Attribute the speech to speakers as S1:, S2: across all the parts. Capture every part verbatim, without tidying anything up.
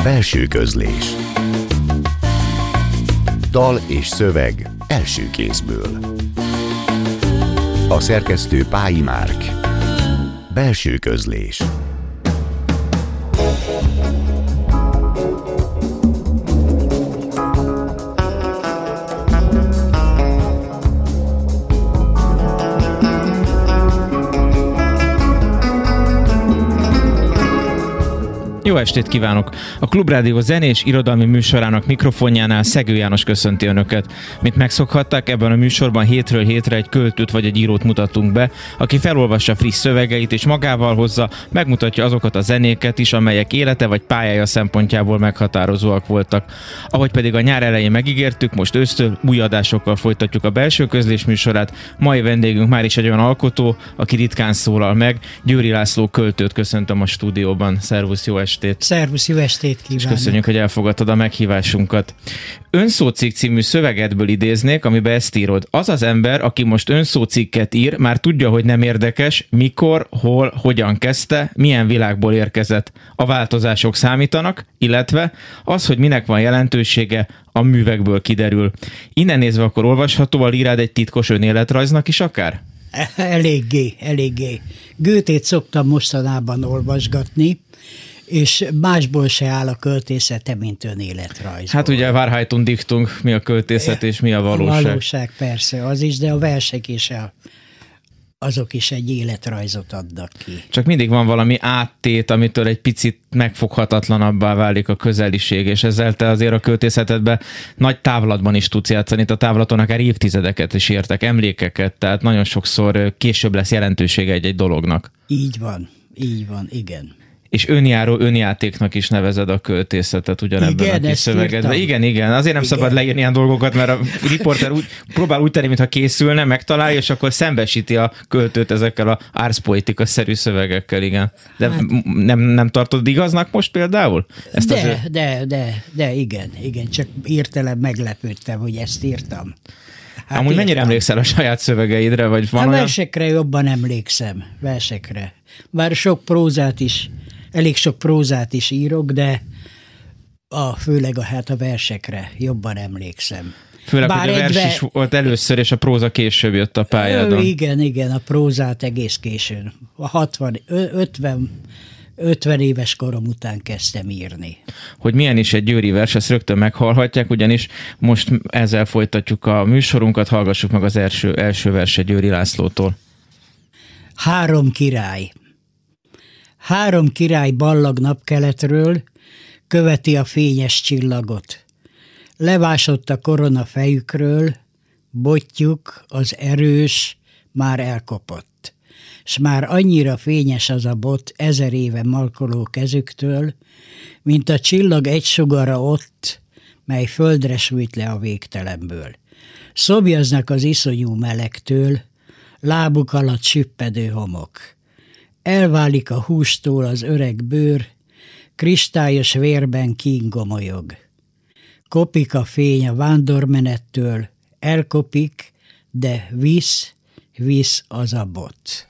S1: Belső közlés. Dal és szöveg első kézből. A szerkesztő Pályi Márk. Belső közlés.
S2: Jó estét kívánok! A Klubrádió zenés irodalmi műsorának mikrofonjánál Szegő János köszönti Önöket. Mint megszokhatták, ebben a műsorban hétről hétre egy költőt vagy egy írót mutatunk be, aki felolvassa friss szövegeit és magával hozza, megmutatja azokat a zenéket is, amelyek élete vagy pályája szempontjából meghatározóak voltak. Ahogy pedig a nyár elején megígértük, most ősztől új adásokkal folytatjuk a belső közlés műsorát. Mai vendégünk már is egy olyan alkotó, aki ritkán szólal meg. Győri László költőt köszöntöm a stúdióban. Szervusz, jó estét!
S3: Szervusz, jó estét kívánok!
S2: És köszönjük, hogy elfogadtad a meghívásunkat. Önszócikk című szövegedből idéznék, amiben ezt írod. Az az ember, aki most önszócikket ír, már tudja, hogy nem érdekes, mikor, hol, hogyan kezdte, milyen világból érkezett. A változások számítanak, illetve az, hogy minek van jelentősége, a művekből kiderül. Innen nézve akkor olvasható a lírád egy titkos önéletrajznak is akár?
S3: Eléggé, eléggé. Goethét szoktam mostanában olvasgatni, és másból se áll a költészete, mint önéletrajzból.
S2: Hát ugye Wahrheit und Dichtung, mi a költészet és mi a valóság.
S3: A valóság persze, az is, de a versek is a, azok is egy életrajzot adnak ki.
S2: Csak mindig van valami áttét, amitől egy picit megfoghatatlanabbá válik a közeliség, és ezzel te azért a költészetedben nagy távlatban is tudsz játszani. Itt a távlaton akár évtizedeket is értek, emlékeket, tehát nagyon sokszor később lesz jelentősége egy-egy dolognak.
S3: Így van, így van, igen.
S2: És önjáró önjátéknak is nevezed a költészetet ugyanebben igen, a kis szövegedben. Igen, igen. Azért nem igen. szabad leírni ilyen dolgokat, mert a riporter úgy, próbál úgy tenni, mintha készülne, megtalálja, és akkor szembesíti a költőt ezekkel a árszpoetika-szerű szövegekkel, igen. De hát, nem, nem tartod igaznak most például? Ezt
S3: de,
S2: azért...
S3: de, de, de, igen, igen. Csak hirtelen meglepődtem, hogy ezt írtam.
S2: Hát Amúgy értem. Mennyire emlékszel a saját szövegeidre? Vagy van
S3: a
S2: olyan...
S3: versekre jobban emlékszem, versekre. Bár sok prózát is, elég sok prózát is írok, de a, főleg a, hát a versekre jobban emlékszem.
S2: Főleg,
S3: Bár
S2: hogy a vers ve... is volt először, és a próza később jött a pályádon.
S3: Igen, igen, a prózát egész későn. A hatvan, ötven, ötven éves korom után kezdtem írni.
S2: Hogy milyen is egy győri vers, ezt rögtön meghallhatják, ugyanis most ezzel folytatjuk a műsorunkat, hallgassuk meg az első, első verse Győri Lászlótól.
S3: Három király. Három király ballag napkeletről, követi a fényes csillagot. Levásott a korona fejükről, botjuk, az erős, már elkopott. S már annyira fényes az a bot ezer éve markoló kezüktől, mint a csillag egy sugara ott, mely földre sült le a végtelenből. Szobjaznak az iszonyú melegtől, lábuk alatt süppedő homok. Elválik a hústól az öreg bőr, kristályos vérben kíngomolyog. Kopik a fény a vándormenettől, elkopik, de visz, visz az a bot.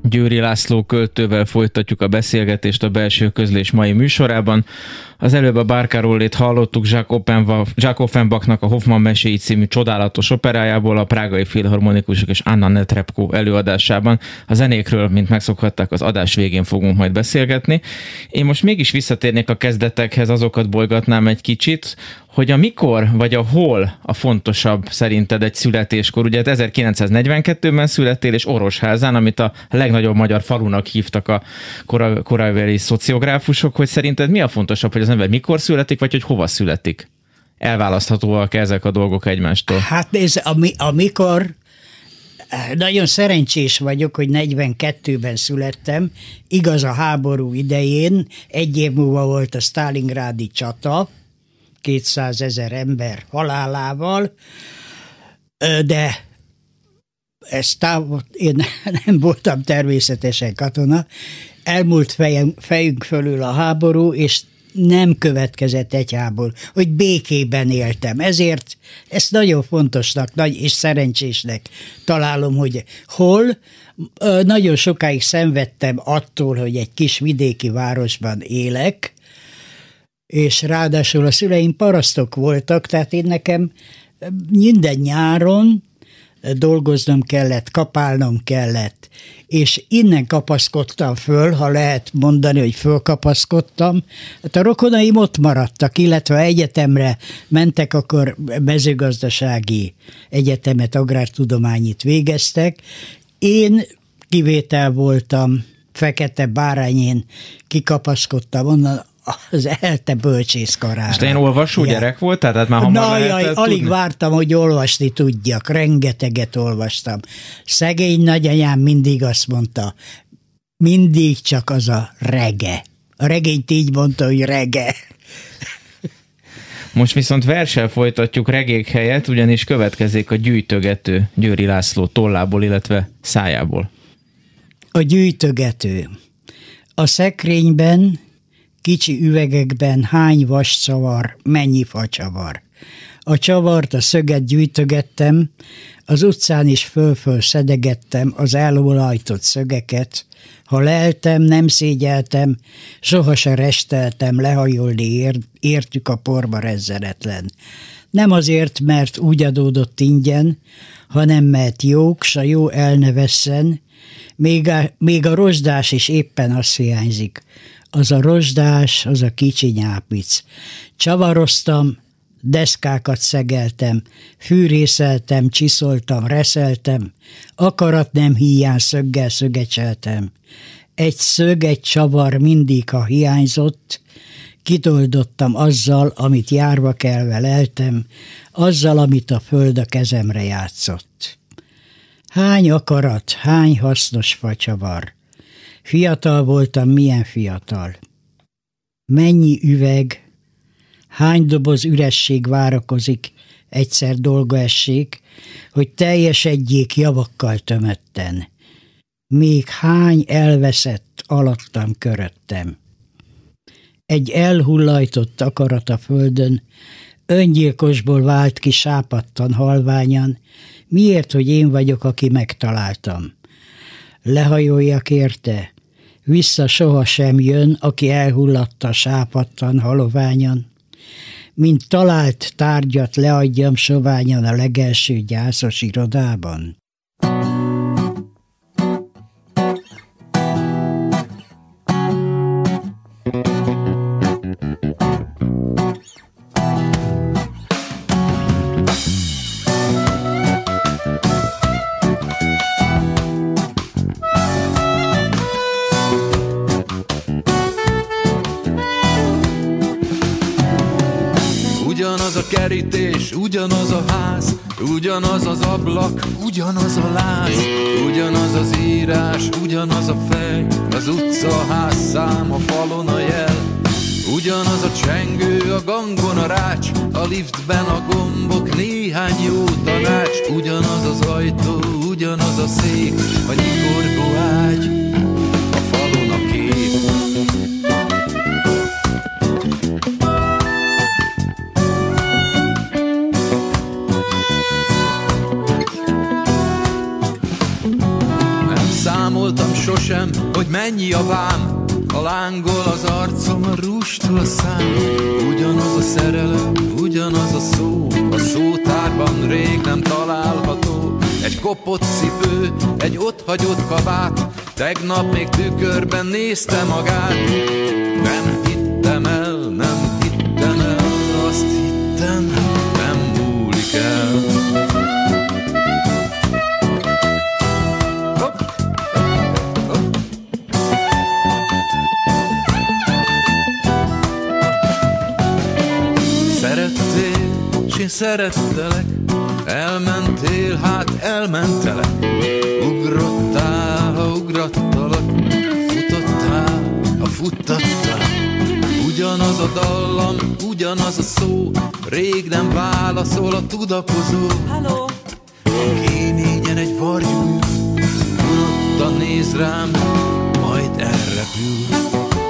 S2: Győri László költővel folytatjuk a beszélgetést a Belső Közlés mai műsorában. Az előbb a Barcarolét hallottuk Jacques Offenbachnak a Hoffmann meséi című csodálatos operájából, a Prágai Filharmonikusok és Anna Netrebko előadásában. A zenékről, mint megszokhatták, az adás végén fogunk majd beszélgetni. Én most mégis visszatérnék a kezdetekhez, azokat bolygatnám egy kicsit, hogy a mikor vagy a hol a fontosabb szerinted egy születéskor. Ugye ezerkilencszáznegyvenkettőben születtél, és Orosházán, amit a legnagyobb magyar falunak hívtak a kora, korabeli szociográfusok, hogy szerinted mi a fontosabb, hogy az ember mikor születik, vagy hogy hova születik? Elválaszthatóak ezek a dolgok egymástól?
S3: Hát nézd, ami, amikor nagyon szerencsés vagyok, hogy negyvenkettőben születtem, igaz, a háború idején, egy év múlva volt a sztálingrádi csata, kétszázezer ember halálával, de ezt távol, én nem voltam természetesen katona, elmúlt fejünk, fejünk fölül a háború, és nem következett egy háború, hogy békében éltem. Ezért ezt nagyon fontosnak nagy és szerencsésnek találom, hogy hol. Nagyon sokáig szenvedtem attól, hogy egy kis vidéki városban élek, és ráadásul a szüleim parasztok voltak, tehát én nekem minden nyáron dolgoznom kellett, kapálnom kellett, és innen kapaszkodtam föl, ha lehet mondani, hogy fölkapaszkodtam. Hát a rokonaim ott maradtak, illetve egyetemre mentek, akkor mezőgazdasági egyetemet, agrártudományit végeztek. Én kivétel voltam, Fekete Bárányén kikapaszkodtam onnan, az ELTE bölcsészkarára.
S2: És te én olvasó ja. gyerek voltál? Tehát már hamar
S3: Na, jaj, alig tudni? Vártam, hogy olvasni tudjak. Rengeteget olvastam. Szegény nagyanyám mindig azt mondta, mindig csak az a rege. A regényt így mondta, hogy rege.
S2: Most viszont verssel folytatjuk regék helyett, ugyanis következik a gyűjtögető Győri László tollából, illetve szájából.
S3: A gyűjtögető. A szekrényben kicsi üvegekben hány vas csavar, mennyi facsavar. A csavart, a szöget gyűjtögettem, az utcán is föl-föl szedegettem az elolajtott szögeket. Ha leltem, nem szégyeltem, soha se resteltem lehajolni ér, értük a porba rezzenetlen. Nem azért, mert úgy adódott ingyen, hanem mert jók, s a jó el ne vesszen, még a, még a rozsdás is éppen azt hiányzik. Az a rozsdás, az a kicsi nyápic. Csavaroztam, deszkákat szegeltem, fűrészeltem, csiszoltam, reszeltem, akarat nem hiány szöggel szögecseltem. Egy szög, egy csavar mindig, ha hiányzott, kitoldottam azzal, amit járva kelve leltem, azzal, amit a föld a kezemre játszott. Hány akarat, hány hasznos facsavar. Fiatal voltam, milyen fiatal. Mennyi üveg, hány doboz üresség várakozik, egyszer dolga essék, hogy teljesedjék javakkal tömötten. Még hány elveszett alattam köröttem. Egy elhullajtott akarat a földön, öngyilkosból vált ki sápadtan halványan, miért, hogy én vagyok, aki megtaláltam. Lehajoljak érte, vissza soha sem jön, aki elhullatta sápadtan haloványan. Mint talált tárgyat leadjam soványan a legelső gyászos irodában.
S4: Kerítés, ugyanaz a ház, ugyanaz az ablak, ugyanaz a láz, ugyanaz az írás, ugyanaz a fej, az utca, a házszám, a falon a jel, ugyanaz a csengő, a gangon a rács, a liftben a gombok, néhány jó tanács, ugyanaz az ajtó, ugyanaz a szék, a nyikorgó ágy, a falon a kép. számoltam sosem, hogy mennyi a vám. A lángol az arcom, a rústól a szám. Ugyanaz a szerelem, ugyanaz a szó, a szótárban rég nem található. Egy kopott cipő, egy otthagyott kabát, tegnap még tükörben nézte magát. Nem hittem el, nem hittem el, azt hittem, nem múlik el. Szerettél, s én szerettelek, elmentél, hát elmentelek. Ugrottál, ha ugrattalak, futottál, ha futtattalak. Ugyanaz a dallam, ugyanaz a szó, rég nem válaszol a tudakozó. Halló! A kéményen egy varjú, unottan néz rám, majd elrepül.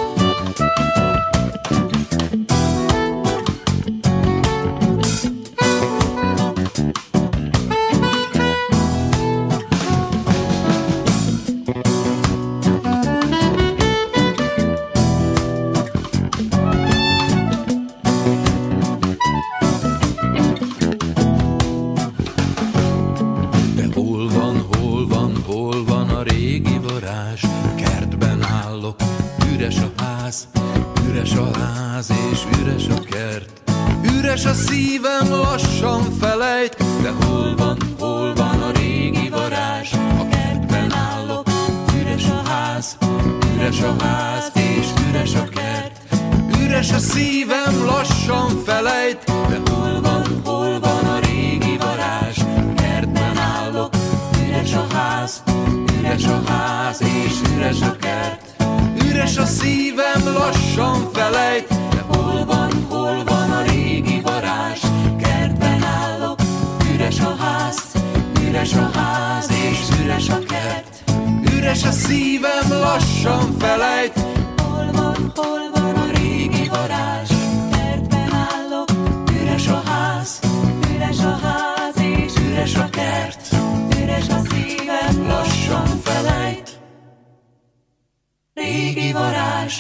S4: Üres a szívem, lassan felejt, de hol van, hol van a régi varázs? A kertben állok, üres a ház, üres a ház és üres a kert. Üres a szívem, lassan felejt, de hol van, hol van a régi varázs? A kertben állok, üres a ház, üres a ház és üres a kert. Üres a szívem, lassan felejt, de hol van, hol van a régi varázs? Kertben állok, üres a ház, üres a ház és üres a kert. Üres a szívem, lassan felejt, hol van, hol van a régi varázs? Kertben állok, üres a ház, üres a ház és üres a kert. Üres a szívem, lassan felejt, régi varázs.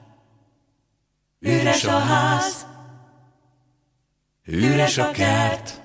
S4: Üres a ház, üres a kert,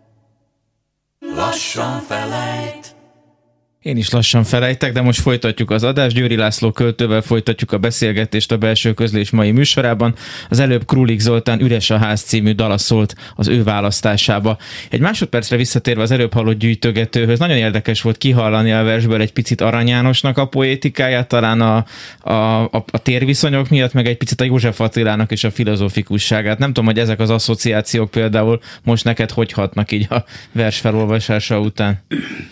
S4: lassan felejt.
S2: Én is lassan felejtek, de most folytatjuk az adást. Győri László költővel folytatjuk a beszélgetést a Belső Közlés mai műsorában. Az előbb Krulik Zoltán Üres a ház című dala szólt az ő választásába. Egy másodpercre visszatérve az előbb hallott gyűjtögetőhöz, nagyon érdekes volt kihallani a versből egy picit Arany Jánosnak a poétikáját, talán a, a, a, a térviszonyok miatt, meg egy picit a József Attilának és a filozofikusságát. Nem tudom, hogy ezek az asszociációk például most neked hogy hatnak így a vers felolvasása után.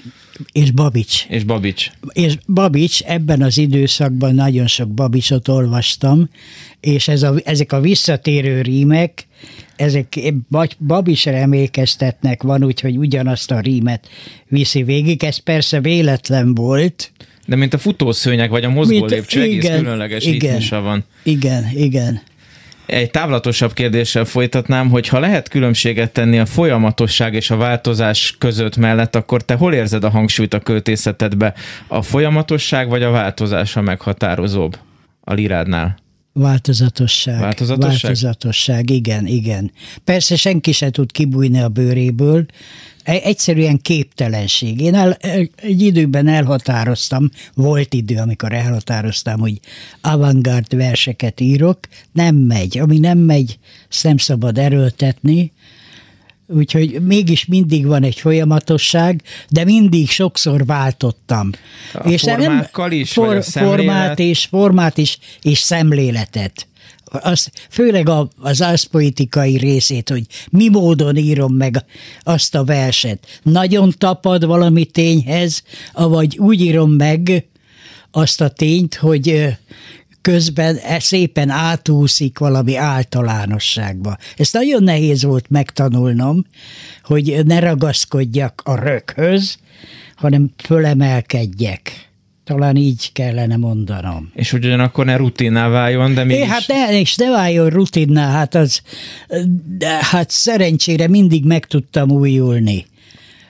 S3: És Babics.
S2: És Babics.
S3: És Babics, ebben az időszakban nagyon sok Babicsot olvastam, és ez a, ezek a visszatérő rímek, ezek Babicsra emlékeztetnek, van úgy, hogy ugyanazt a rímet viszi végig, ez persze véletlen volt.
S2: De mint a futószőnyeg, vagy a mozgólépcső, egész különleges ritmusa van.
S3: Igen, igen.
S2: Egy távlatosabb kérdéssel folytatnám, hogy ha lehet különbséget tenni a folyamatosság és a változás között mellett, akkor te hol érzed a hangsúlyt a költészetedbe? A folyamatosság vagy a változás a meghatározóbb a lirádnál?
S3: Változatosság.
S2: Változatosság?
S3: Változatosság, igen, igen. Persze senki se tud kibújni a bőréből, egyszerűen képtelenség. Én el, egy időben elhatároztam, volt idő, amikor elhatároztam, hogy avantgárd verseket írok, nem megy. Ami nem megy, azt nem szabad erőltetni, úgyhogy mégis mindig van egy folyamatosság, de mindig sokszor váltottam.
S2: A és formákkal nem, is, for, vagy a
S3: formát és formát is, és szemléletet. Az, főleg a, az árszpoetikai részét, hogy mi módon írom meg azt a verset. Nagyon tapad valami tényhez, avagy úgy írom meg azt a tényt, hogy közben szépen átúszik valami általánosságba. Ezt nagyon nehéz volt megtanulnom, hogy ne ragaszkodjak a röghöz, hanem fölemelkedjek. Talán így kellene mondanom.
S2: És ugyanakkor ne rutinná váljon, de mégis...
S3: É, hát ne, és ne váljon rutinná, hát az, de hát szerencsére mindig meg tudtam újulni.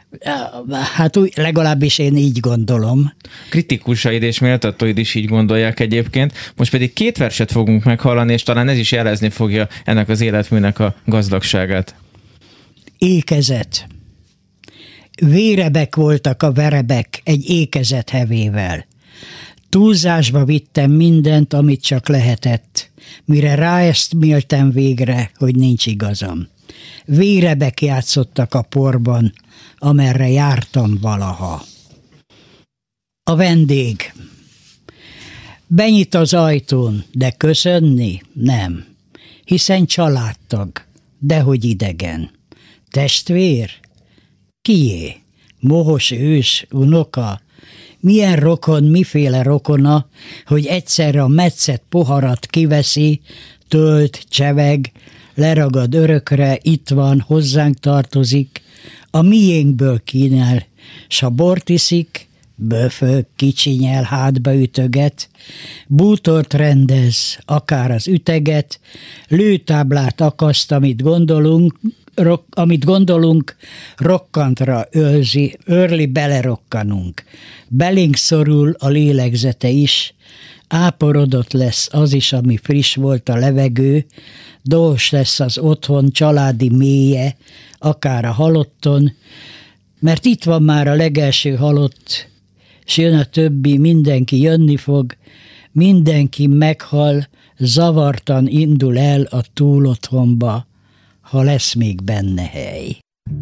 S3: Hát úgy, legalábbis én így gondolom.
S2: Kritikusaid és méltatóid is így gondolják egyébként. Most pedig két verset fogunk meghallani, és talán ez is jelezni fogja ennek az életműnek a gazdagságát.
S3: Ékezet. Vérebek voltak a verebek egy ékezet hevével. Túlzásba vittem mindent, amit csak lehetett, mire ráeszméltem végre, hogy nincs igazam. Vérebek játszottak a porban, amerre jártam valaha. A vendég. Benyit az ajtón, de köszönni nem, hiszen családtag, dehogy idegen. Testvér? Kié? Mohos ős, unoka? Milyen rokon, miféle rokona, hogy egyszerre a metszett poharat kiveszi, tölt, cseveg, leragad örökre, itt van, hozzánk tartozik, a miénkből kínál, s ha bort iszik, böfög, kicsinyel, hátba ütöget, bútort rendez, akár az üteget, lőtáblát akaszt, amit gondolunk, Rok, amit gondolunk, rokkantra őrzi, őrli belerokkanunk. Belénk szorul a lélegzete is, áporodott lesz az is, ami friss volt a levegő, dós lesz az otthon családi mélye, akár a halotton, mert itt van már a legelső halott, s jön a többi, mindenki jönni fog, mindenki meghal, zavartan indul el a túlotthonba, ha lesz még benne hely.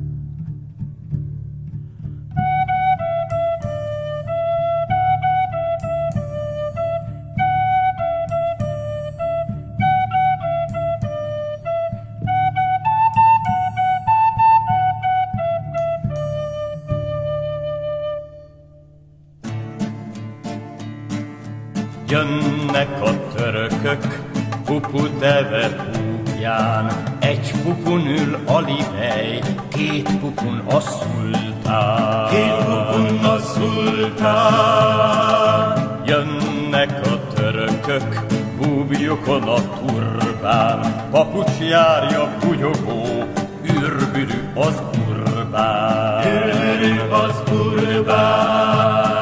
S5: Jönnek a törökök, pupu deve búbján, egy pupun ül Alibej, két pupun a szultán. Két pupun a szultán. Jönnek a törökök, búbjukon a turbán, papucs járja bugyogó, űrbürű az urbán. Űrbürű az urbán.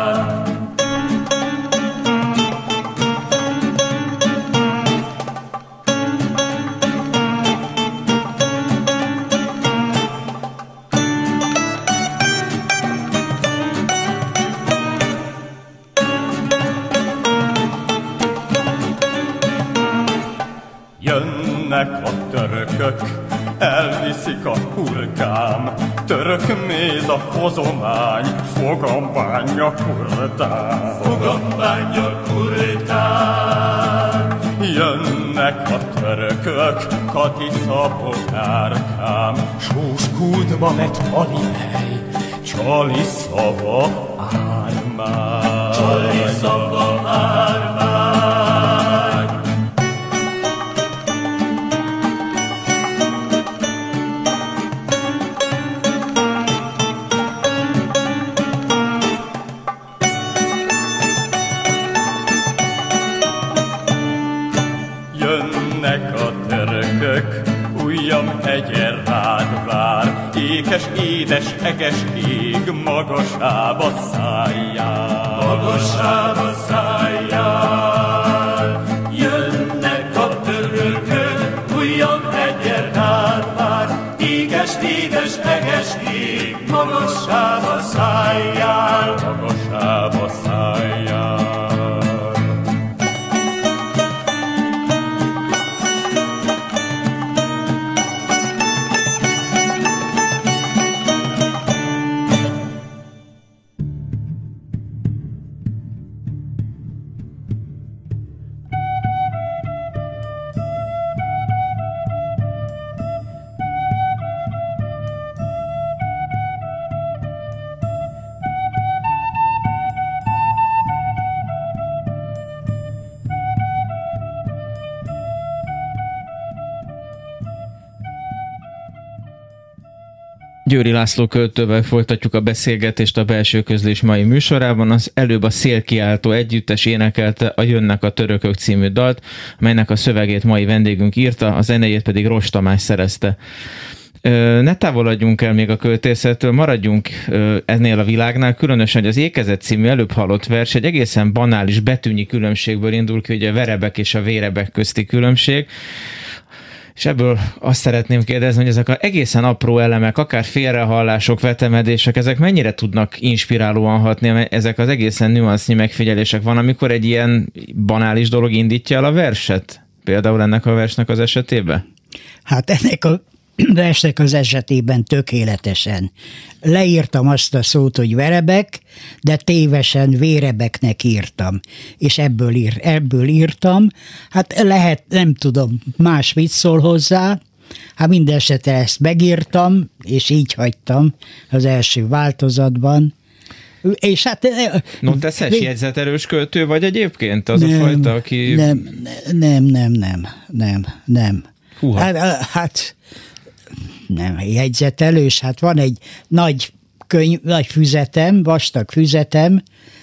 S5: Jönnek a törökök, elviszik a hurkám, török méz a hozomány, fogam bánja kurdán. Fogam bánja kurdán. Jönnek a törökök, Katica bogárkám, sós kútba vett Alibej, csali szava ármány. Csali szava ármány. Hegyen rád vár, ékes, édes, eges ég, magasába szálljál. Magasába szálljál. Jönnek a törökök, újabb hegyen rád vár, ékes, édes, eges ég, magasába szálljál. Magasába szálljál.
S2: Győri László költővel folytatjuk a beszélgetést a Belső Közlés mai műsorában. Az előbb a Szélkiáltó együttes énekelte a Jönnek a törökök című dalt, amelynek a szövegét mai vendégünk írta, a zenéjét pedig Ross Tamás szerezte. Ne távolodjunk el még a költészettől, maradjunk ennél a világnál, különösen, hogy az Ékezet című előbb hallott vers egy egészen banális betűnyi különbségből indul ki, ugye a verebek és a vérebek közti különbség. És ebből azt szeretném kérdezni, hogy ezek az egészen apró elemek, akár félrehallások, vetemedések, ezek mennyire tudnak inspirálóan hatni, ezek az egészen nüansznyi megfigyelések. Van, amikor egy ilyen banális dolog indítja el a verset? Például ennek a versnek az esetében?
S3: Hát ennek a versnek az esetében tökéletesen. Leírtam azt a szót, hogy verebek, de tévesen vérebeknek írtam. És ebből, ír, ebből írtam. Hát lehet, nem tudom, más mit szól hozzá. Hát minden esetre ezt megírtam, és így hagytam az első változatban. És hát...
S2: No, te szes jegyzetelős költő vagy egyébként? Az
S3: nem,
S2: a fajta, aki...
S3: Nem, nem, nem, nem, nem, nem.
S2: Húha.
S3: Hát, hát nem jegyzetelős, hát van egy nagy könyv, nagy füzetem, vastag füzetem,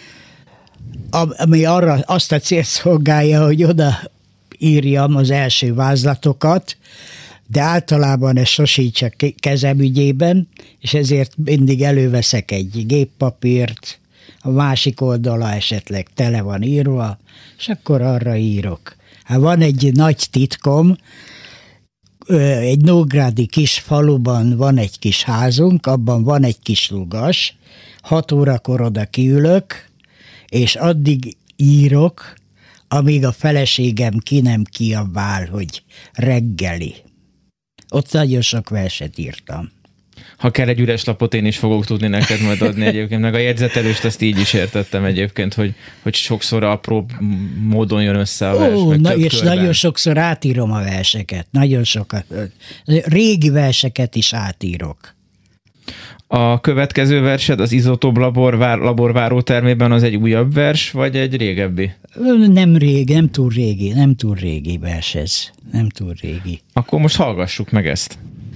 S3: ami arra azt a célt szolgálja, hogy oda írjam az első vázlatokat, de általában ez sosincs a kezem ügyében, és ezért mindig előveszek egy géppapírt, a másik oldala esetleg tele van írva, és akkor arra írok. Hát van egy nagy titkom, egy nógrádi kis faluban van egy kis házunk, abban van egy kis lugas, hat órakor oda kiülök, és addig írok, amíg a feleségem ki nem kiabál, hogy reggeli. Ott nagyon sok verset írtam.
S2: Ha kell egy üres lapot, én is fogok tudni neked majd adni egyébként, meg a jegyzetelőst azt így is értettem egyébként, hogy, hogy sokszor apró módon jön össze a vers.
S3: Ó,
S2: meg
S3: na,
S2: több
S3: és
S2: körben.
S3: nagyon sokszor átírom a verseket, nagyon sokat. Régi verseket is átírok.
S2: A következő versed, az Izotóp labor, laborváró termében, az egy újabb vers, vagy egy régebbi?
S3: Nem régi, nem túl régi, nem túl régi vers ez, nem túl régi.
S2: Akkor most hallgassuk meg ezt.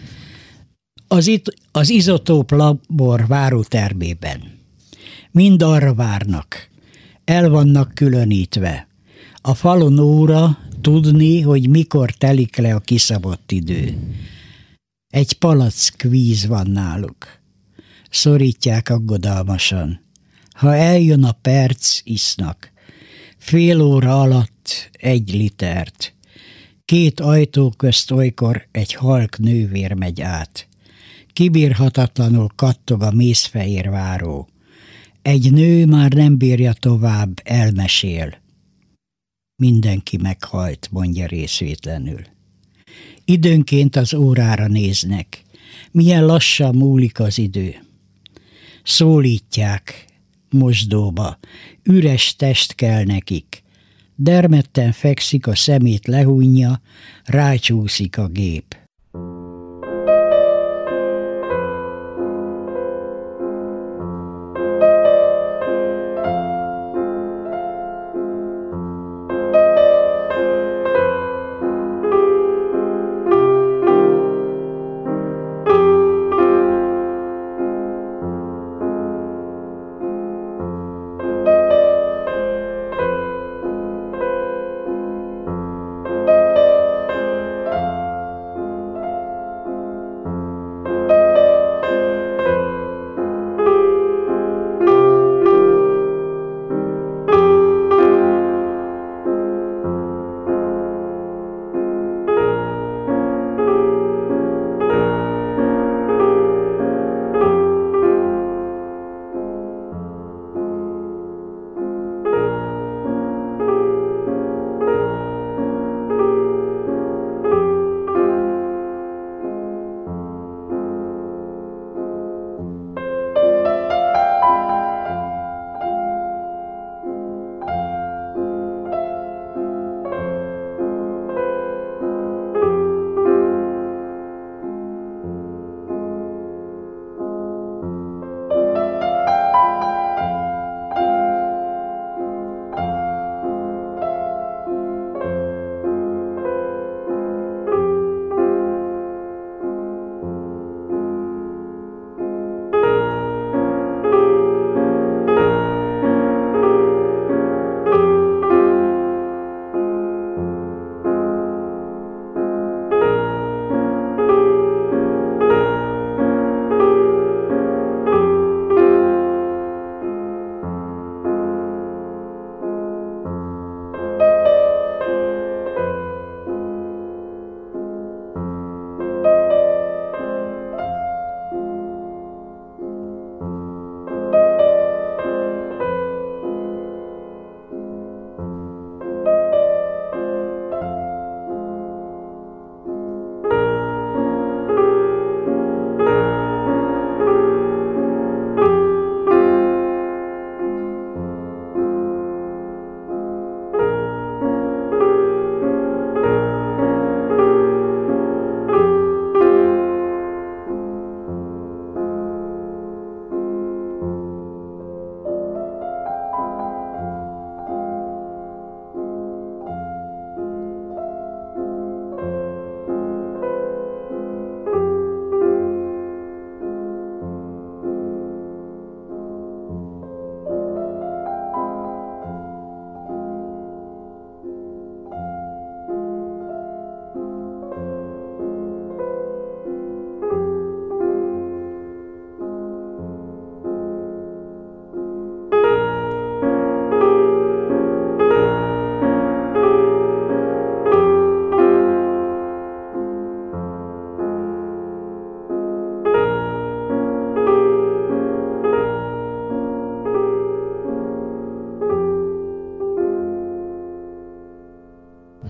S3: Az, it, az Izotóp labor várótermében mind arra várnak, el vannak különítve. A falon óra tudni, hogy mikor telik le a kiszabott idő. Egy palack víz van náluk. Szorítják aggodalmasan. Ha eljön a perc, isznak. Fél óra alatt egy litert. Két ajtó közt olykor egy halk nővér megy át. Kibírhatatlanul kattog a mészfehér váró. Egy nő már nem bírja tovább, elmesél. Mindenki meghalt, mondja részvétlenül. Időnként az órára néznek. Milyen lassan múlik az idő. Szólítják mosdóba. Üres test kell nekik. Dermedten fekszik, a szemét lehúnyja, rácsúszik a gép.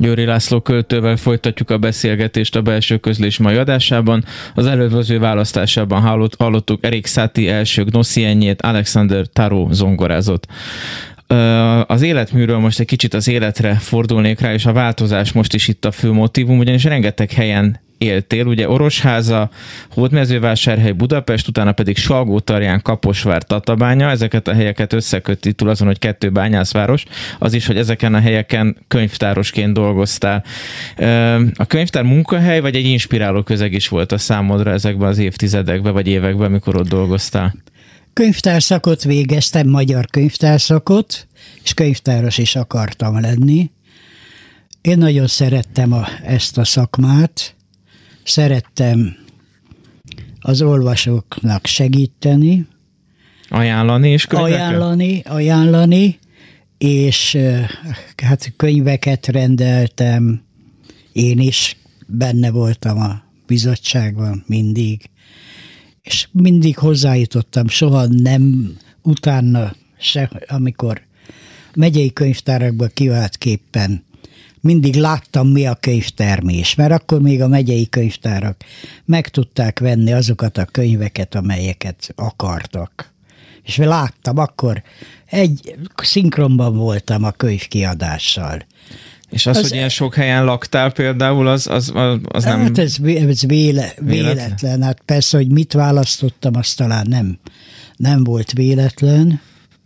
S2: Győri László költővel folytatjuk a beszélgetést a Belső Közlés mai adásában. Az előző választásában hallott, hallottuk Erik Satie első Gnossienjét, Alexander Tarot zongorázott. Az életműről most egy kicsit az életre fordulnék rá, és a változás most is itt a fő motívum, ugyanis rengeteg helyen éltél, ugye Orosháza, Hódmezővásárhely, Budapest, utána pedig Salgótarján, Kaposvár, Tatabánya, ezeket a helyeket összeköti túl azon, hogy kettő bányászváros, az is, hogy ezeken a helyeken könyvtárosként dolgoztál. A könyvtár munkahely, vagy egy inspiráló közeg is volt a számodra ezekben az évtizedekben, vagy években, amikor ott dolgoztál?
S3: Könyvtárszakot végeztem, magyar könyvtárszakot, és könyvtáros is akartam lenni. Én nagyon szerettem a, ezt a szakmát, szerettem az olvasóknak segíteni.
S2: Ajánlani is könyveket?
S3: Ajánlani, ajánlani, és hát könyveket rendeltem. Én is benne voltam a bizottságban mindig, és mindig hozzájutottam, soha nem utána se, amikor megyei könyvtárakban kiváltképpen mindig láttam, mi a könyvtermés, mert akkor még a megyei könyvtárak meg tudták venni azokat a könyveket, amelyeket akartak. És láttam, akkor egy szinkronban voltam a könyvkiadással.
S2: És az, az, hogy ilyen sok helyen laktál például, az, az, az nem...
S3: Hát ez, ez véle, véletlen. Hát persze, hogy mit választottam, az talán nem, nem volt véletlen.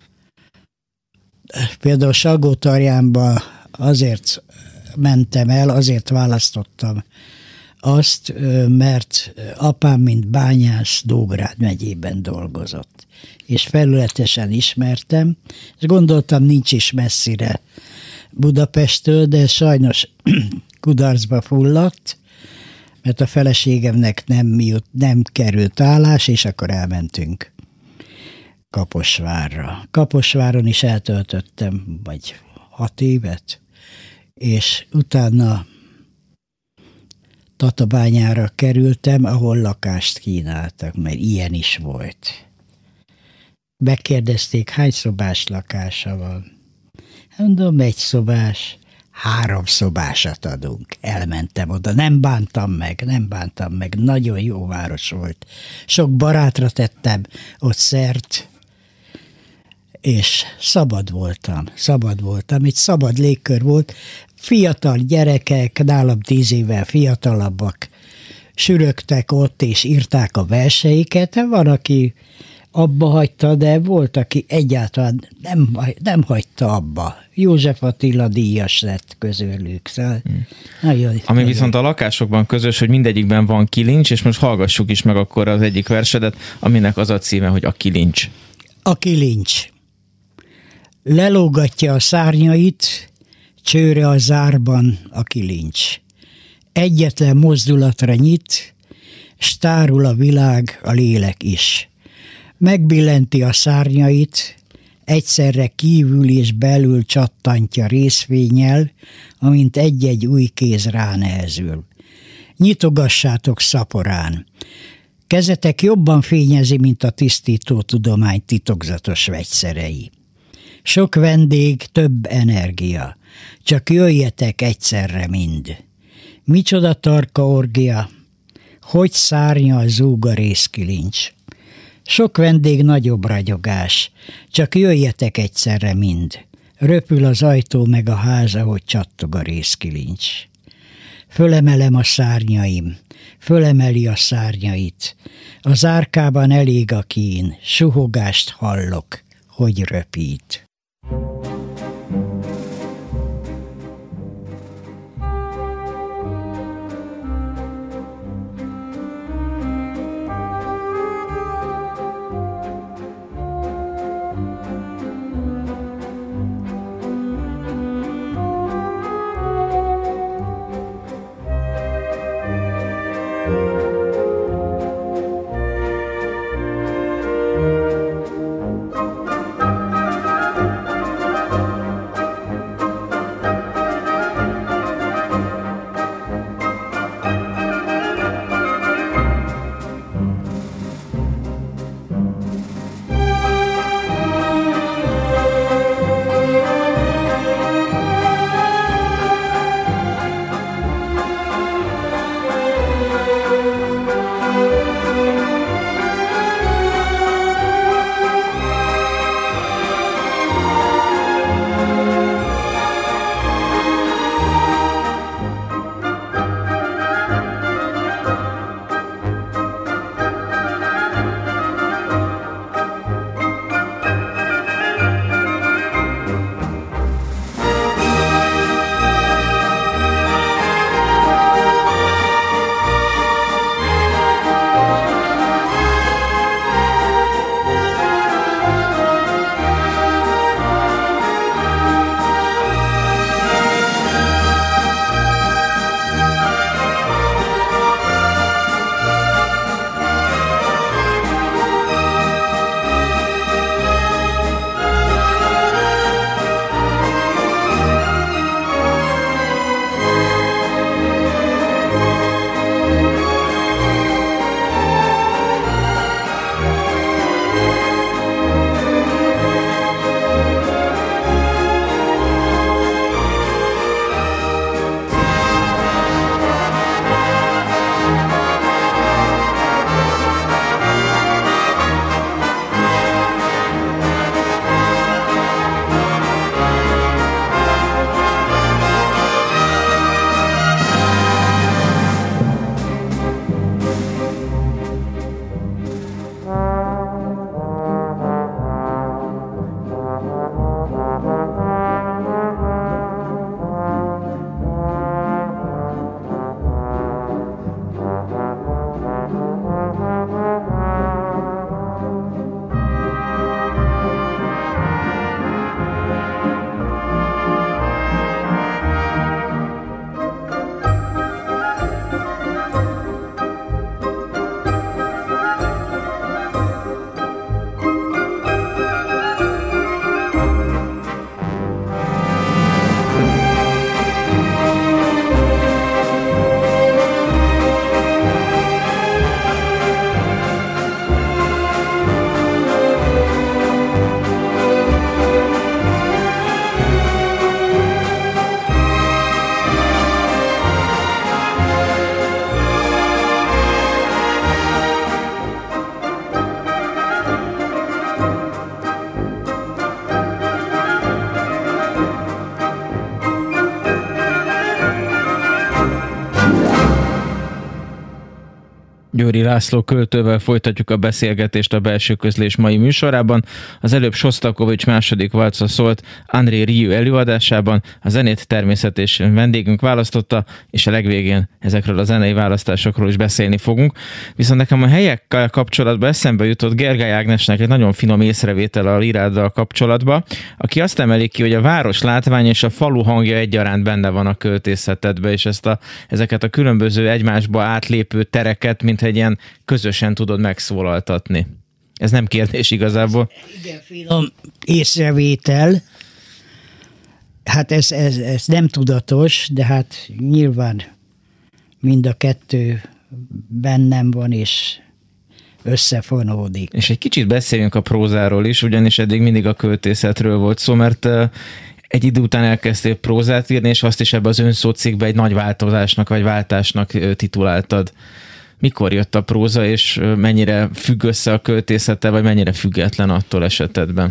S3: Például Salgótarjánba azért mentem el, azért választottam azt, mert apám, mint bányász, Nógrád megyében dolgozott. És felületesen ismertem, és gondoltam, nincs is messzire Budapesttől, de sajnos kudarcba fulladt, mert a feleségemnek nem, nem került állás, és akkor elmentünk Kaposvárra. Kaposváron is eltöltöttem vagy hat évet, és utána Tatabányára kerültem, ahol lakást kínáltak, mert ilyen is volt. Megkérdezték, hány szobás lakása van? Mondom, egy szobás, három szobásat adunk. Elmentem oda, nem bántam meg, nem bántam meg, nagyon jó város volt. Sok barátra tettem ott szert, és szabad voltam, szabad voltam, egy szabad légkör volt, fiatal gyerekek, nálam tíz évvel fiatalabbak sürögtek ott, és írták a verseiket, van, aki abba hagyta, de volt, aki egyáltalán nem, nem hagyta abba. József Attila díjas lett közülük. Szóval hmm. nagyon,
S2: Ami
S3: nagyon...
S2: viszont a lakásokban közös, hogy mindegyikben van kilincs, és most hallgassuk is meg akkor az egyik versedet, aminek az a címe, hogy a kilincs.
S3: A kilincs. Lelógatja a szárnyait, csőre a zárban a kilincs. Egyetlen mozdulatra nyit, s tárul a világ, a lélek is. Megbillenti a szárnyait, egyszerre kívül és belül csattantja részfénnyel, amint egy-egy új kéz ránehezül. Nyitogassátok szaporán. Kezetek jobban fényezi, mint a tisztító tudomány titokzatos vegyszerei. Sok vendég, több energia. Csak jöjjetek egyszerre mind. Micsoda tarka orgia, hogy szárnya zúg a részkilincs. Sok vendég, nagyobb ragyogás, csak jöjjetek egyszerre mind. Röpül az ajtó meg a ház, ahogy csattog a részkilincs. Fölemelem a szárnyaim, fölemeli a szárnyait. Az árkában elég a kín, suhogást hallok, hogy röpít.
S2: Győri László költővel folytatjuk a beszélgetést a Belső Közlés mai műsorában. Az előbb Sostakovics második valca szólt André Rieu előadásában, a zenét természet és vendégünk választotta, és a legvégén ezekről a zenei választásokról is beszélni fogunk. Viszont nekem a helyekkel kapcsolatban eszembe jutott Gergely Ágnesnek egy nagyon finom észrevétel a Liráddal kapcsolatban, aki azt emeli ki, hogy a város látvány és a falu hangja egyaránt benne van a költészetedben, és ezt a, ezeket a különböző egymásba átlépő tereket, mint egy ilyen közösen tudod megszólaltatni. Ez nem kérdés igazából.
S3: Igen, finom észrevétel. Hát ez, ez, ez nem tudatos, de hát nyilván mind a kettő bennem van, és összefonódik.
S2: És egy kicsit beszéljünk a prózáról is, ugyanis eddig mindig a költészetről volt szó, mert egy idő után elkezdtél prózát írni, és azt is ebbe az önszócikkbe egy nagy változásnak vagy váltásnak tituláltad. Mikor jött a próza, és mennyire függ össze a költészete, vagy mennyire független attól esetedben?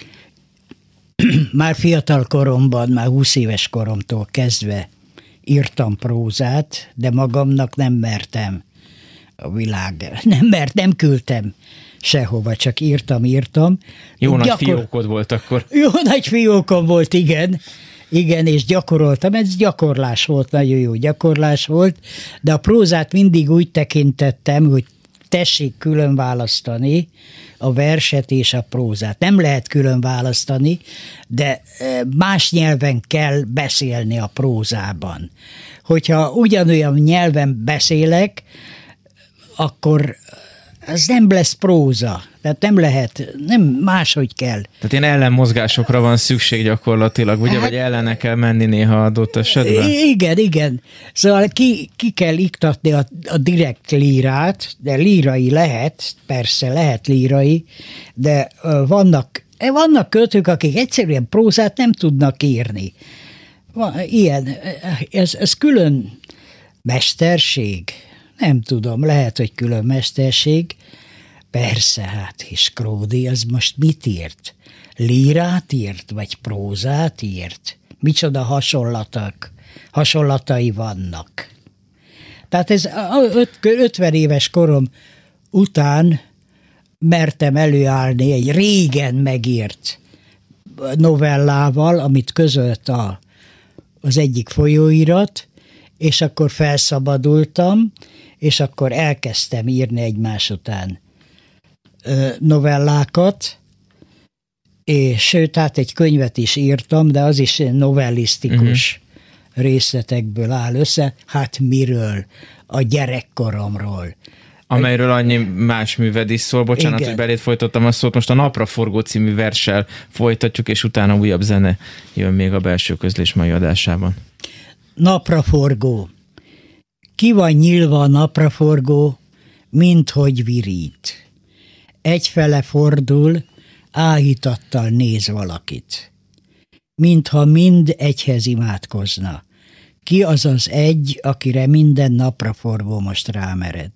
S3: Már fiatal koromban, már húsz éves koromtól kezdve írtam prózát, de magamnak nem mertem a világ. Nem mert, nem küldtem sehova, csak írtam, írtam.
S2: Jó
S3: Én
S2: nagy
S3: gyakor...
S2: fiókod volt akkor.
S3: Jó nagy fiókom volt, igen. Igen, és gyakoroltam, ez gyakorlás volt, nagyon jó gyakorlás volt, de a prózát mindig úgy tekintettem, hogy tessék külön választani a verset és a prózát. Nem lehet külön választani, de más nyelven kell beszélni a prózában. Hogyha ugyanolyan nyelven beszélek, akkor ez nem lesz próza. Tehát nem lehet, nem máshogy kell.
S2: Tehát ilyen ellenmozgásokra van szükség gyakorlatilag, ugye? Hát, vagy ellene kell menni néha adott esetben?
S3: Igen, igen. Szóval ki, ki kell iktatni a, a direkt lírát, de lírai lehet, persze lehet lírai, de vannak, vannak költők, akik egyszerűen prózát nem tudnak írni. Van, ilyen, ez, ez külön mesterség. Nem tudom, lehet, hogy külön mesterség. Persze, hát, és Kródi az most mit írt? Lírát írt, vagy prózát írt? Micsoda hasonlatok, hasonlatai vannak. Tehát ez ötven éves korom után mertem előállni egy régen megírt novellával, amit közölt a, az egyik folyóirat, és akkor felszabadultam, és akkor elkezdtem írni egymás után novellákat, és sőt, hát egy könyvet is írtam, de az is novellisztikus uh-huh. részletekből áll össze. Hát miről? A gyerekkoromról.
S2: Amelyről annyi más műved is szól. Bocsánat, igen, hogy beléd folytottam a szót. Most a Napraforgó című verssel folytatjuk, és utána újabb zene jön még a Belső Közlés mai adásában.
S3: Napraforgó. Ki van nyílva a napraforgó, minthogy virít. Egyfele fordul, áhítattal néz valakit. Mintha mind egyhez imádkozna. Ki az az egy, akire minden napraforgó most rámered?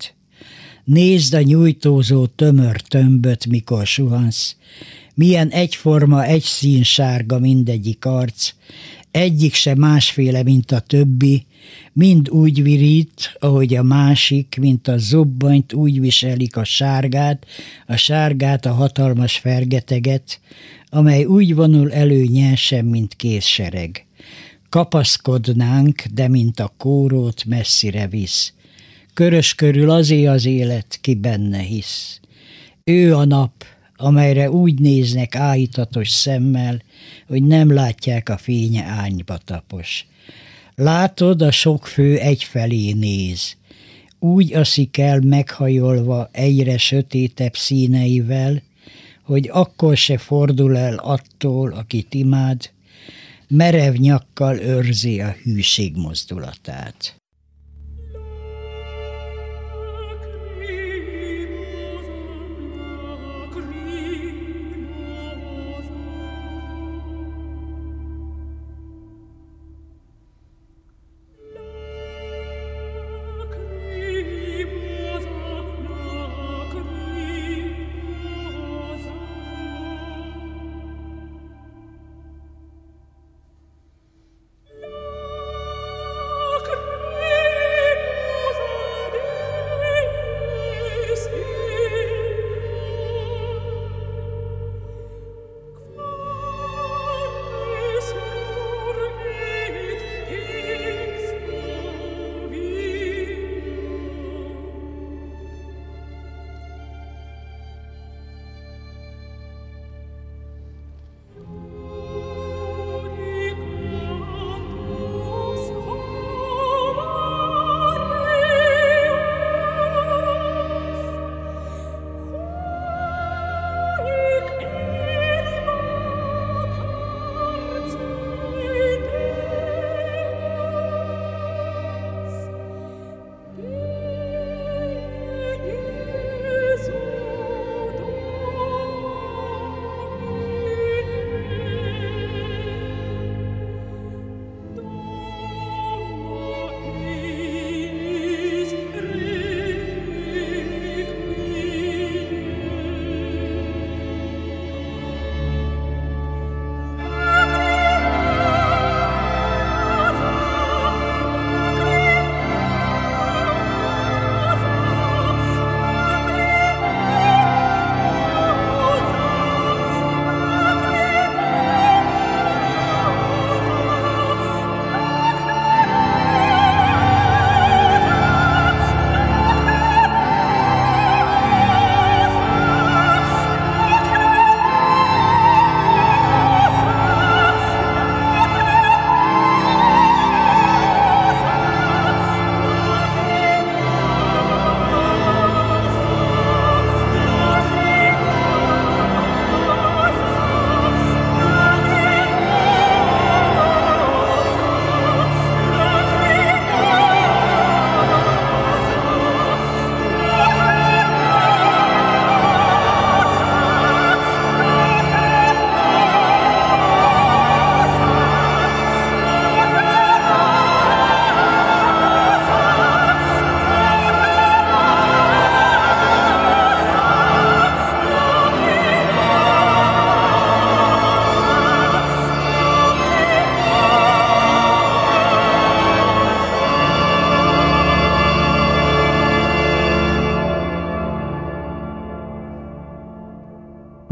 S3: Nézd a nyújtózó tömör tömböt, mikor suhansz. Milyen egyforma, egyszín sárga mindegyik arc, egyik se másféle, mint a többi, mind úgy virít, ahogy a másik, mint a zubbanyt úgy viselik a sárgát, a sárgát, a hatalmas fergeteget, amely úgy vonul elő nyersen, mint kézsereg. Kapaszkodnánk, de mint a kórót messzire visz. Körös körül azé az élet, ki benne hisz. Ő a nap, amelyre úgy néznek áhítatos szemmel, hogy nem látják a fénye ányba tapos. Látod, a sok fő egyfelé néz. Úgy aszik el meghajolva egyre sötétebb színeivel, hogy akkor se fordul el attól, akit imád, merev nyakkal őrzi a hűség mozdulatát.
S5: Lacrimosa,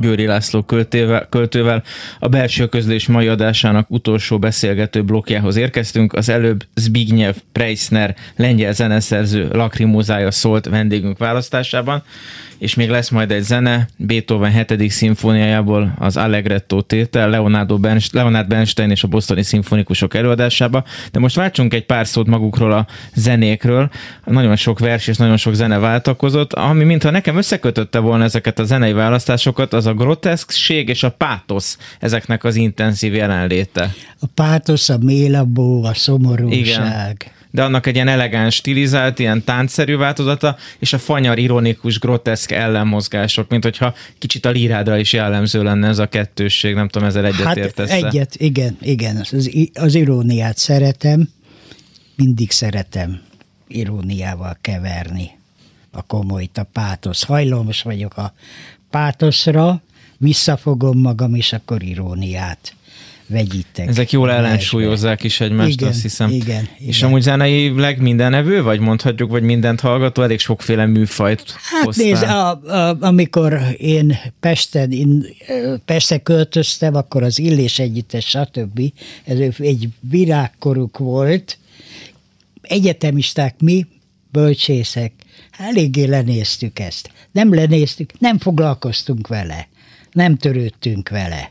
S2: Győri László költővel, költővel. A belső közlés mai adásának utolsó beszélgető blokkjához érkeztünk. Az előbb Zbigniew Preissner, lengyel zeneszerző lakrimózája szólt vendégünk választásában, és még lesz majd egy zene Beethoven hetedik szimfóniájából, az Allegretto tétel, Leonardo Bernstein, Leonard Bernstein és a bostoni szimfonikusok előadásába. De most váltsunk egy pár szót magukról a zenékről. Nagyon sok vers és nagyon sok zene váltakozott, ami mintha nekem összekötötte volna ezeket a zenei választásokat, az a groteszkség és a pátosz, ezeknek az intenzív jelenléte.
S3: A pátosz, a mélabó, a szomorúság.
S2: Igen. De annak egy ilyen elegáns, stilizált, ilyen táncszerű változata, és a fanyar, ironikus, groteszk ellenmozgások, mint hogyha kicsit a lírádra is jellemző lenne ez a kettősség, nem tudom, ezzel egyet
S3: hát
S2: értesz.
S3: egyet, igen, igen, az, az iróniát szeretem, mindig szeretem iróniával keverni a komolyt, a pátosz. Hajlamos vagyok a pátoszra, visszafogom magam, és akkor iróniát vegyítek.
S2: Ezek jól ellensúlyozzák is egymást,
S3: igen,
S2: azt hiszem.
S3: Igen,
S2: és
S3: igen.
S2: amúgy zeneileg mindenevő, vagy mondhatjuk, vagy mindent hallgató, elég sokféle műfajt
S3: Hát
S2: hoztál.
S3: nézd, a, a, amikor én Pesten, én Pestre költöztem, akkor az Illés Együttes, stb. Ez egy virágkoruk volt. Egyetemisták mi, bölcsészek, eléggé lenéztük ezt. Nem lenéztük, nem foglalkoztunk vele, nem törődtünk vele.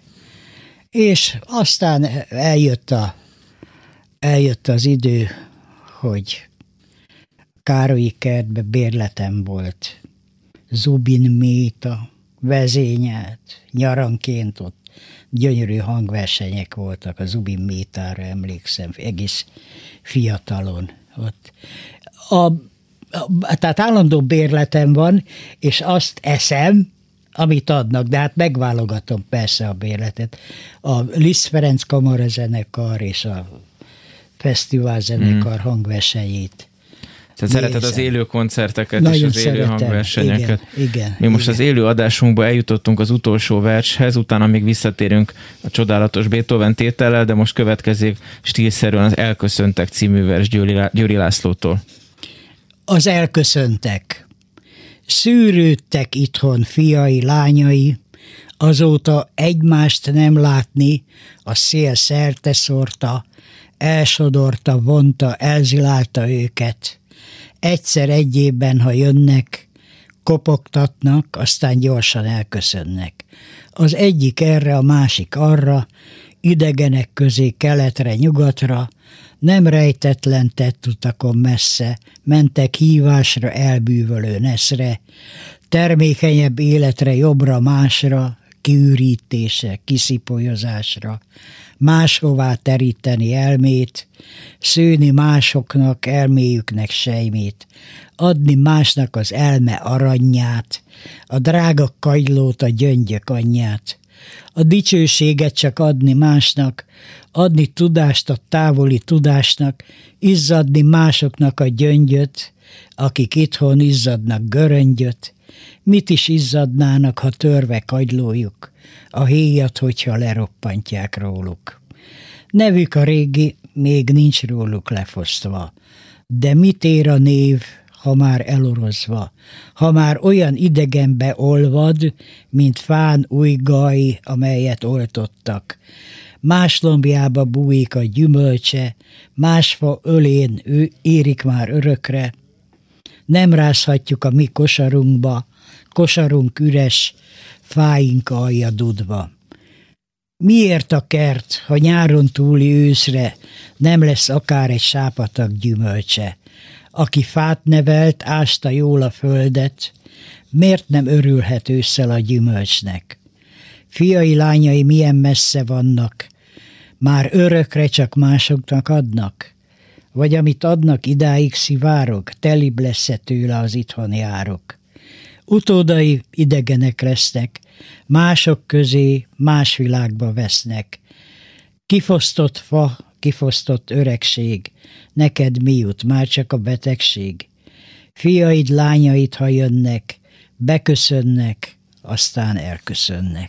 S3: És aztán eljött, a, eljött az idő, hogy Károlyi kertbe bérletem volt. Zubin Méta vezényelt, nyaranként ott gyönyörű hangversenyek voltak, a Zubin Métára emlékszem, egész fiatalon ott. A, a, tehát állandó bérletem van, és azt eszem, amit adnak, de hát megválogatom persze a bérletet. A Liszt Ferenc kamarazenekar és a fesztiválzenekar mm. hangversenyét.
S2: Tehát szereted az élő koncerteket
S3: Nagyon
S2: és az élő
S3: szeretem.
S2: hangversenyeket.
S3: Igen, igen,
S2: Mi most
S3: igen.
S2: az élő adásunkba eljutottunk az utolsó vershez, utána még visszatérünk a csodálatos Beethoven tétellel, de most következik stílszerűen az Elköszöntek című vers Győri Lászlótól. Az
S3: elköszöntek. Szűrődtek itthon fiai, lányai, azóta egymást nem látni, a szél szerte szórta, elsodorta, vonta, elzilálta őket. Egyszer egy évben, ha jönnek, kopogtatnak, aztán gyorsan elköszönnek. Az egyik erre, a másik arra, idegenek közé keletre, nyugatra, nem rejtetlen tett utakon messze, mentek hívásra, elbűvölő neszre, termékenyebb életre, jobbra, másra, kiürítése, kiszipolyozásra, máshová teríteni elmét, szőni másoknak, elméjüknek sejmét, adni másnak az elme aranyját, a drága kagylót, a gyöngyök anyját, a dicsőséget csak adni másnak, adni tudást a távoli tudásnak, izzadni másoknak a gyöngyöt, akik itthon izzadnak göröngyöt, mit is izzadnának, ha törve kagylójuk, a héjat, hogyha leroppantják róluk. Nevük a régi, még nincs róluk lefosztva, de mit ér a név, ha már elorozva, ha már olyan idegenbe olvad, mint fán új gaj, amelyet oltottak. Más lombjába bújik a gyümölcse, más fa ölén ő érik már örökre. Nem rázhatjuk a mi kosarunkba, kosarunk üres, fáink alja dudva. Miért a kert, ha nyáron túli őszre nem lesz akár egy sápatak gyümölcse? Aki fát nevelt, ásta jól a földet, miért nem örülhet ősszel a gyümölcsnek? Fiai, lányai milyen messze vannak, már örökre csak másoknak adnak? Vagy amit adnak, idáig szivárog, telibb lesz-e tőle az itthon járok? Utódai idegenek lesznek, mások közé más világba vesznek. Kifosztott fa, kifosztott öregség, neked mi jut, már csak a betegség? Fiaid, lányaid, ha jönnek, beköszönnek, aztán elköszönnek.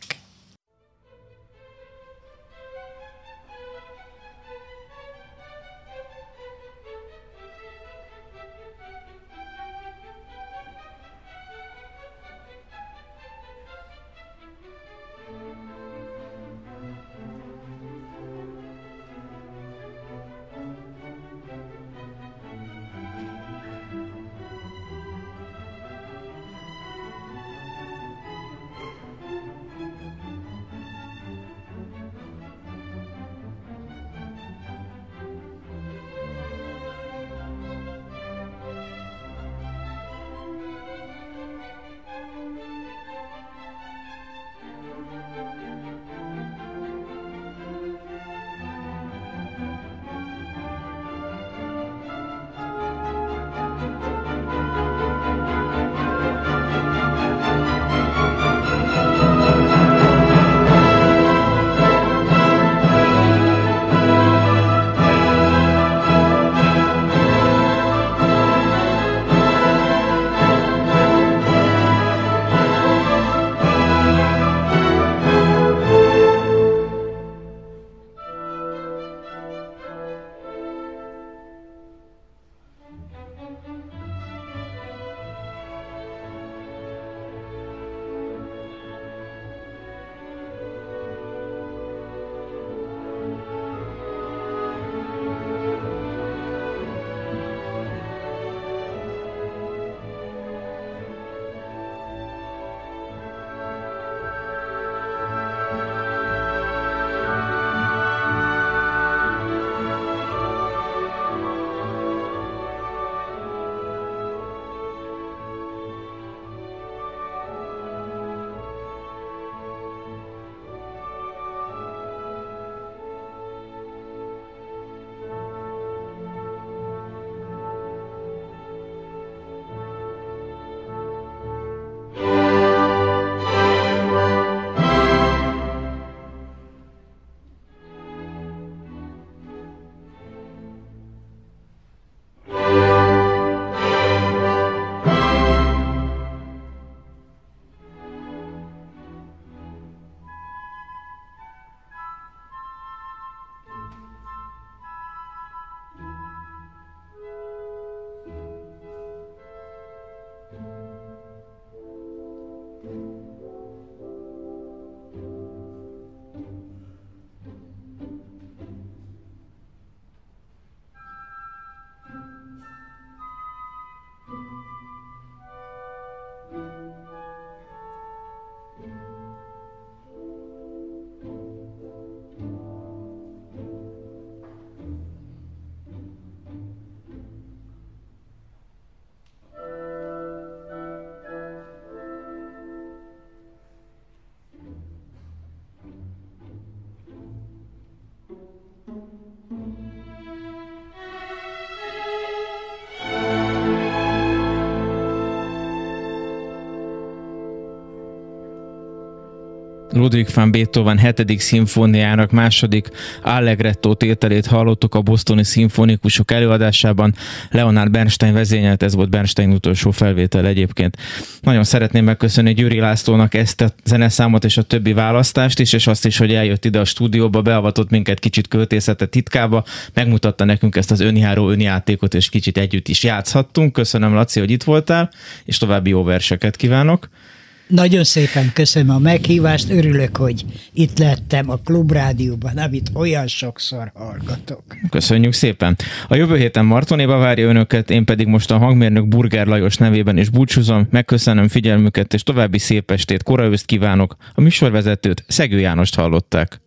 S2: Ludwig van Beethoven hetedik szimfóniájának második allegretto tételét hallottuk a bostoni szimfonikusok előadásában. Leonard Bernstein vezényelt, ez volt Bernstein utolsó felvétel egyébként. Nagyon szeretném megköszönni Győri Lászlónak ezt a zeneszámot és a többi választást is, és azt is, hogy eljött ide a stúdióba, beavatott minket kicsit költészete titkába, megmutatta nekünk ezt az önjáró önjátékot, és kicsit együtt is játszhattunk. Köszönöm, Laci, hogy itt voltál, és további jó verseket kívánok.
S3: Nagyon szépen köszönöm a meghívást, örülök, hogy itt lettem a Klubrádióban, amit olyan sokszor hallgatok.
S2: Köszönjük szépen. A jövő héten Martonéba várja önöket, én pedig most a hangmérnök Burger Lajos nevében is búcsúzom, megköszönöm figyelmüket, és további szép estét, kora őszt kívánok. A műsorvezetőt, Szegő Jánost hallották.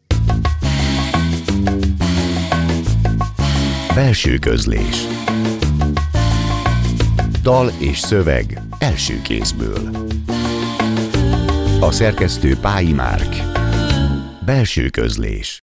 S1: Belső közlés. Dal és szöveg első kézből. A szerkesztő Pályi Márk. Belső közlés.